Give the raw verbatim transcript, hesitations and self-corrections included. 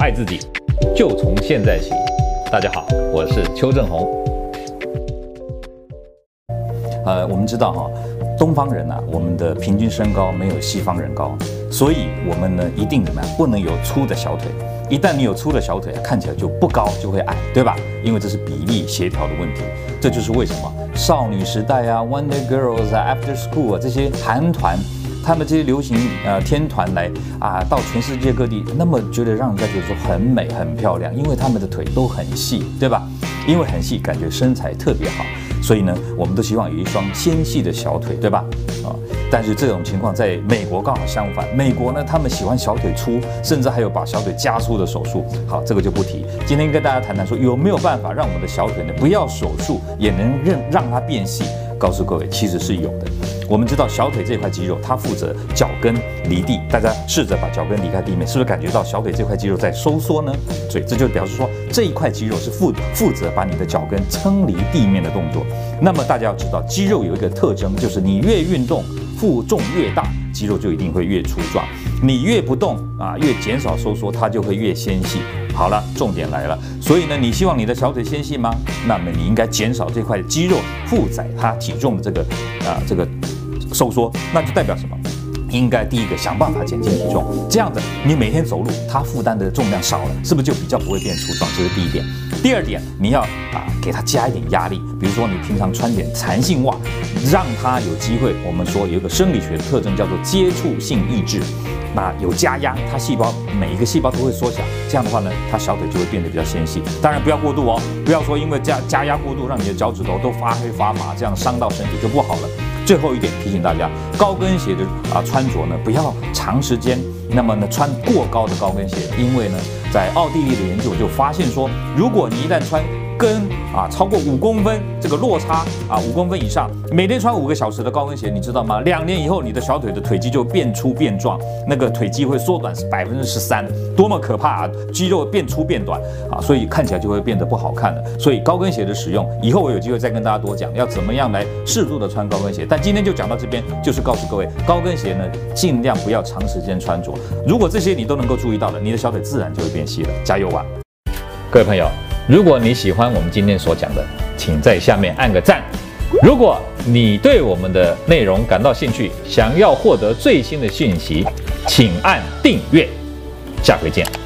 爱自己，就从现在起。大家好，我是邱正宏。 呃，我们知道哈、哦，东方人啊，我们的平均身高没有西方人高，所以我们呢一定怎么样，不能有粗的小腿。一旦你有粗的小腿，看起来就不高，就会矮，对吧？因为这是比例协调的问题。这就是为什么少女时代啊、Wonder Girls 啊、After School 啊这些韩团，他们这些流行呃天团来啊，到全世界各地，那么觉得让人家觉得说很美、很漂亮，因为他们的腿都很细，对吧？因为很细，感觉身材特别好。所以呢，我们都希望有一双纤细的小腿，对吧？啊，但是这种情况在美国刚好相反。美国呢，他们喜欢小腿粗，甚至还有把小腿加粗的手术。好，这个就不提。今天跟大家谈谈说，有没有办法让我们的小腿呢，不要手术也能让让它变细？告诉各位，其实是有的。我们知道小腿这块肌肉，它负责脚跟离地。大家试着把脚跟离开地面，是不是感觉到小腿这块肌肉在收缩呢？所以这就表示说，这一块肌肉是负负责把你的脚跟撑离地面的动作。那么大家要知道，肌肉有一个特征，就是你越运动，负重越大，肌肉就一定会越粗壮；你越不动啊，越减少收缩，它就会越纤细。好了，重点来了。所以呢，你希望你的小腿纤细吗？那么你应该减少这块肌肉负载它体重的这个啊这个收缩，那就代表什么？应该第一个想办法减轻体重，这样子你每天走路，它负担的重量少了，是不是就比较不会变粗壮？这是第一点。第二点，你要啊给它加一点压力，比如说你平常穿点弹性袜，让它有机会。我们说有一个生理学的特征叫做接触性抑制。那有加压，它细胞每一个细胞都会缩小，这样的话呢，它小腿就会变得比较纤细。当然不要过度哦，不要说因为加加压过度，让你的脚趾头都发黑发麻，这样伤到身体就不好了。最后一点提醒大家，高跟鞋的啊穿着呢，不要长时间，那么呢穿过高的高跟鞋，因为呢，在奥地利的研究就发现说，如果你一旦穿跟啊超过五公分这个落差啊五公分以上，每天穿五个小时的高跟鞋，你知道吗？两年以后，你的小腿的腿肌就变粗变壮，那个腿肌会缩短百分之十三，多么可怕啊！肌肉变粗变短啊，所以看起来就会变得不好看了。所以高跟鞋的使用，以后我有机会再跟大家多讲，要怎么样来适度的穿高跟鞋。但今天就讲到这边，就是告诉各位，高跟鞋呢尽量不要长时间穿着。如果这些你都能够注意到了，你的小腿自然就会变细了。加油吧， 各位朋友！如果你喜欢我们今天所讲的，请在下面按个赞。如果你对我们的内容感到兴趣，想要获得最新的讯息，请按订阅。下回见。